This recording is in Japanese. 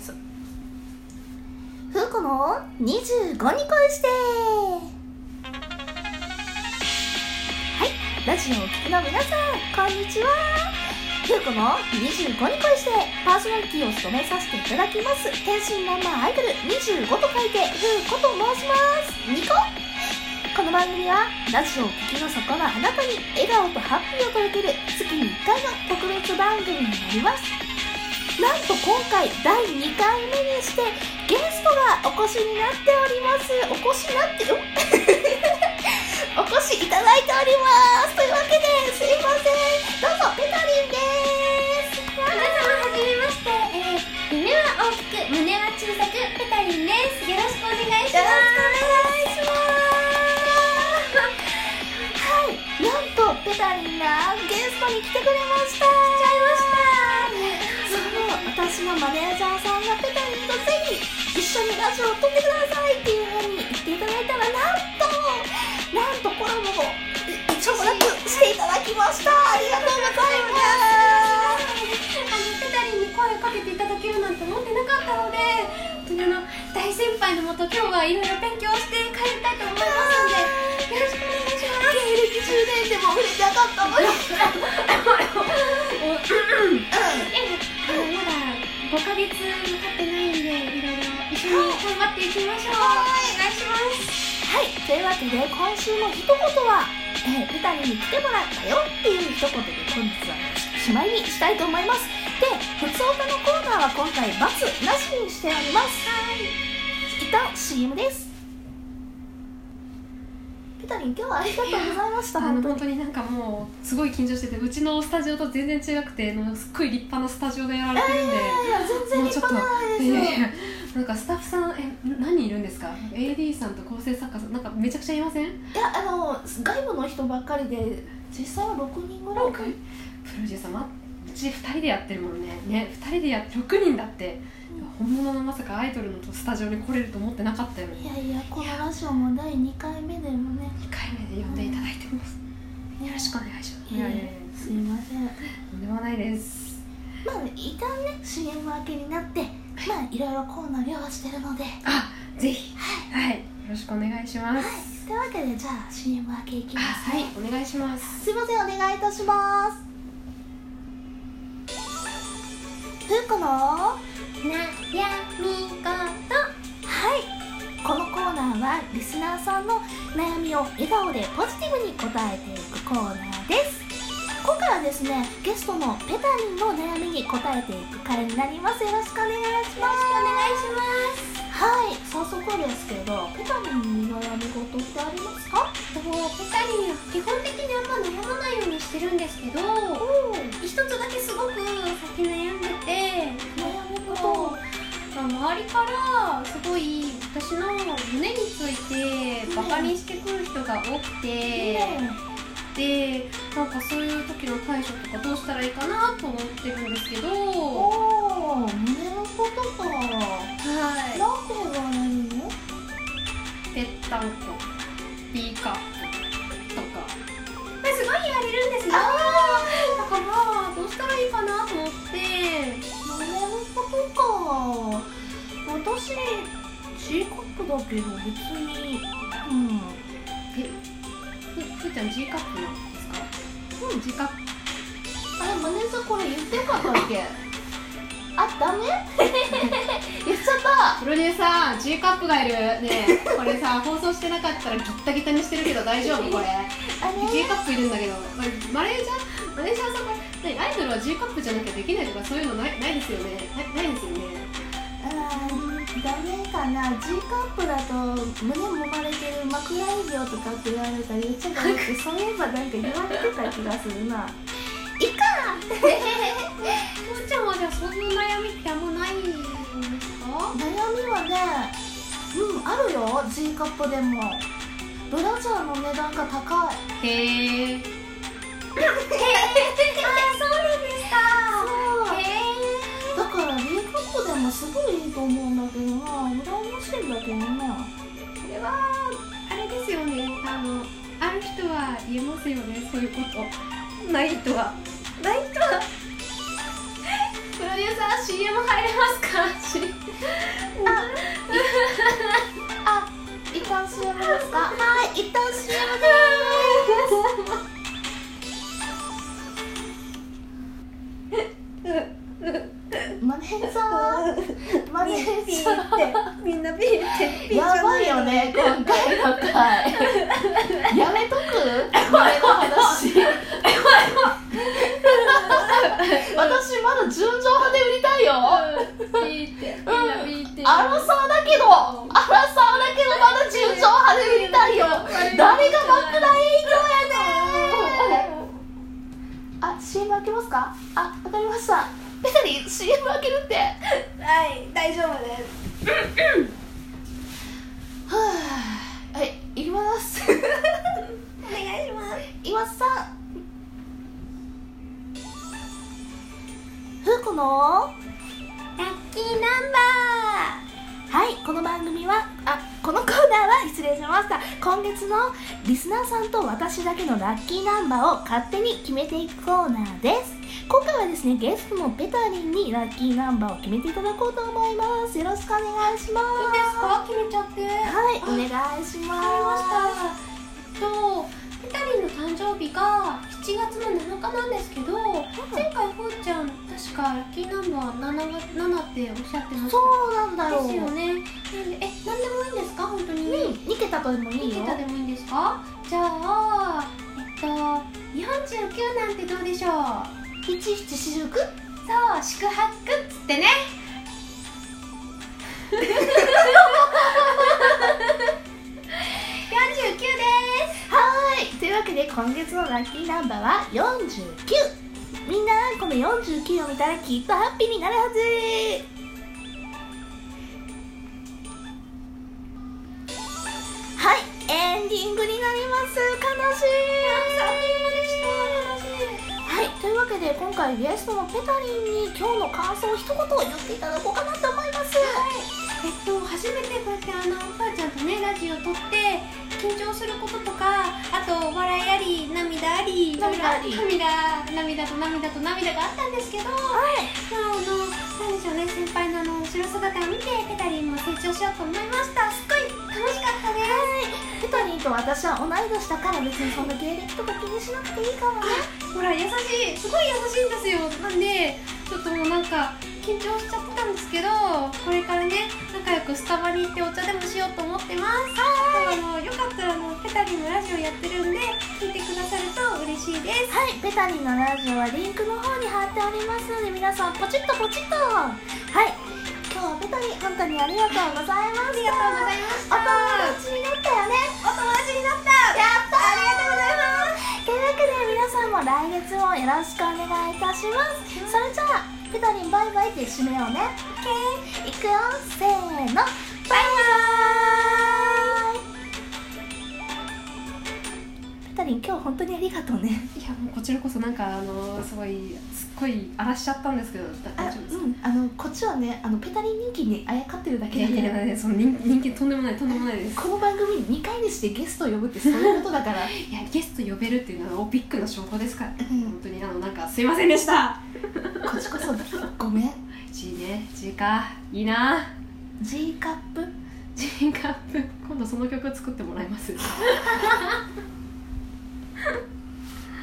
。ふうこの25に恋してはい、ラジオを聴きの皆さん、こんにちは。ふうこの25に恋してパーソナリティを務めさせていただきます天真爛漫アイドル25と書いてふうこと申します。ニコ。この番組はラジオを聴きのそこのあなたに笑顔とハッピーを届ける月に1回の特別番組になります。なんと今回第2回目にしてゲストがお越しになっております。お越しいただいております。というわけですいません、どうぞペタリンです。 皆様はじめまして、夢は大きく胸は小さくペタリンです。よろしくお願いします。 よろしくお願いします。はい、なんとペタリンがゲストに来てくれました。私のマネージャーさんがペタリンとぜひ一緒にラジオを撮ってくださいっていう風に言っていただいたら、なんとコラボを承諾していただきました。ありがとうございます。 ペタリンに声をかけていただけるなんて思ってなかったので、本当に大先輩のもと今日はいろいろ勉強して帰りたいと思いますので、よろしくお願いします。 芸歴10年でも売れてなかったのにまだ5ヶ月経ってないんで、いろいろ一緒に頑張っていきましょう。お願いします。 はい、というわけで今週の一言は、ペタリンに来てもらったよっていう一言で本日はしまいにしたいと思います。で、ふつおたのコーナーは今回×なしにしております。一旦 CM です。ペタリン、今日はありがとうございました。 本当になんかもうすごい緊張してて、うちのスタジオと全然違くて、すっごい立派なスタジオでやられてるんで、 いや全然立派ないですよ。 なんかスタッフさん何人いるんですか？ AD さんと構成作家さん、なんかめちゃくちゃいません？ いや、外部の人ばっかりで実際は6人ぐらいか。 プロデューサー、うち2人でやってるもんね。2人で6人だって、本物のまさかアイドルのスタジオに来れると思ってなかったよね。 いや、このラジオも第2回目でもね、 2回目で呼んでいただいてます。よろしくお願いします。 すいません。 とんでもないです。 一旦ね CM 明けになって、いろいろコーナー用意してるので、 ぜひ、はい、よろしくお願いします。 というわけで、じゃあ CM 明けいきますね。 はい、お願いします。 すいません、お願いいたします。ふうこの悩み事。 はい、このコーナーはリスナーさんの悩みを笑顔でポジティブに答えていくコーナーです。今回はですね、ゲストのペタリンの悩みに答えていく回になります。よろしくお願いします。はい、早速ですけど、ペタリンに悩み事ってありますか？ ペタリンは基本的にあんま悩まないようにしてるんですけど、一つだけすごく先悩んでて、 悩み事、 周りからすごい私の胸についてバカにしてくる人が多くて、で、なんかそういう時の対処とかどうしたらいいかなと思ってるんですけど。 胸のことか。 はい。 なんて言われるの？ ぺったんこ、B カップとか。 すごい言われるんですよ。だからどうしたらいいかなと思って。 胸のことか。私 G カップだけど別に、 ふーちゃん G カップなんですか？G カップ。 マネージャーこれ言ってよかったっけ？ダメ？言っちゃった。 プロデューサー G カップがいるね。これさ、放送してなかったらギッタギタにしてるけど大丈夫？これ G カップいるんだけど、マネージャーさん、これアイドルは G カップじゃなきゃできないとかそういうのないですよね。ないですよね。 ダメかな。 G カップだと胸揉まれてる枕営業とかって言われたら言っちゃダメってそういえばなんか言われてた気がするな。いいかふーちゃんはじゃあそういう悩みってあんまないんですか？ 悩みはね、あるよ。 G カップでもブラジャーの値段が高い。 へー。 そうなんですか。 だから B カップでもすごいいいと思うんだけどな。羨ましいんだけどな。 これはあれですよね。ある人は言えますよね、そういうこと。ない人はプロデューサー CM 入れますか？ マネージャーみんなビーってやばいよね今回の回やめとく前の話私まだ純情派で売りたいよビーってみんなビーってアラサーだけどまだ純情派で売りたいよ誰が爆弾営業やねんあ、CM 開けますかあ、わかりましたペタリン CM 開けるってはい大丈夫ですはぁはい、いきますお願いします今さふうこのラッキーナンバはい、この番組はこのコーナーは失礼しました今月のリスナーさんと私だけのラッキーナンバーを勝手に決めていくコーナーです今回はですね、ゲストのペタリンにラッキーナンバーを決めていただこうと思いますよろしくお願いしますーいいですか決めちゃってはい、お願いしますわかりましたペタリンの誕生日が7月の7日なんですけど、前回ふーちゃん確かラッキーナンバー 7っておっしゃってましたそうなんだよですよね。何でもいいんですか本当に、 2桁とでもいいよ 2桁でもいいんですかじゃあ49なんてどうでしょう 1749 そう宿泊っつってね49ですはいというわけで今月のラッキーナンバーは49みんなこの49を見たらきっとハッピーになるはずはいエンディングになります悲しいはいというわけで今回ゲストのペタリンに今日の感想を一言言っていただこうかなと思います初めてこうやっておばあちゃんとねラジオ撮って緊張することとかあと笑いあり涙あり涙あり涙と涙と涙があったんですけど、なんでしょうね先輩の後ろ姿を見てペタリンも成長しようと思いましたすっごい楽しかったですペタリンと私は同い年だから別にそんな芸歴とか気にしなくていいからねほら優しいすごい優しいんですよなんでちょっともうなんか緊張しちゃってたんですけどこれからね仲良くスタバに行ってお茶でもしようと思ってますよかったらペタリンのラジオやってるんで聞いてくださると嬉しいですはいペタリンのラジオはリンクの方に貼っておりますので皆さんポチッとはい今日はペタリン本当にありがとうございましたありがとうございましたお友達になったよねお友達になったやったありがとうございますというわけで皆さんも来月もよろしくお願いいたしますそれじゃあペタリンバイバイって締めようねオッケーいくよせーのバイバーイペタリン今日本当にありがとうねいやもうこちらこそなんかすっごい荒らしちゃったんですけど大丈夫ですか？ こっちはねペタリン人気にあやかってるだけだからいやその人気とんでもないですこの番組に2回にしてゲストを呼ぶってそういうことだからいやゲスト呼べるっていうのはビッグな証拠ですからうん本当になんかすいませんでしたこっちこそごめん G ね G かいいな G カップ G カップ今度その曲作ってもらいます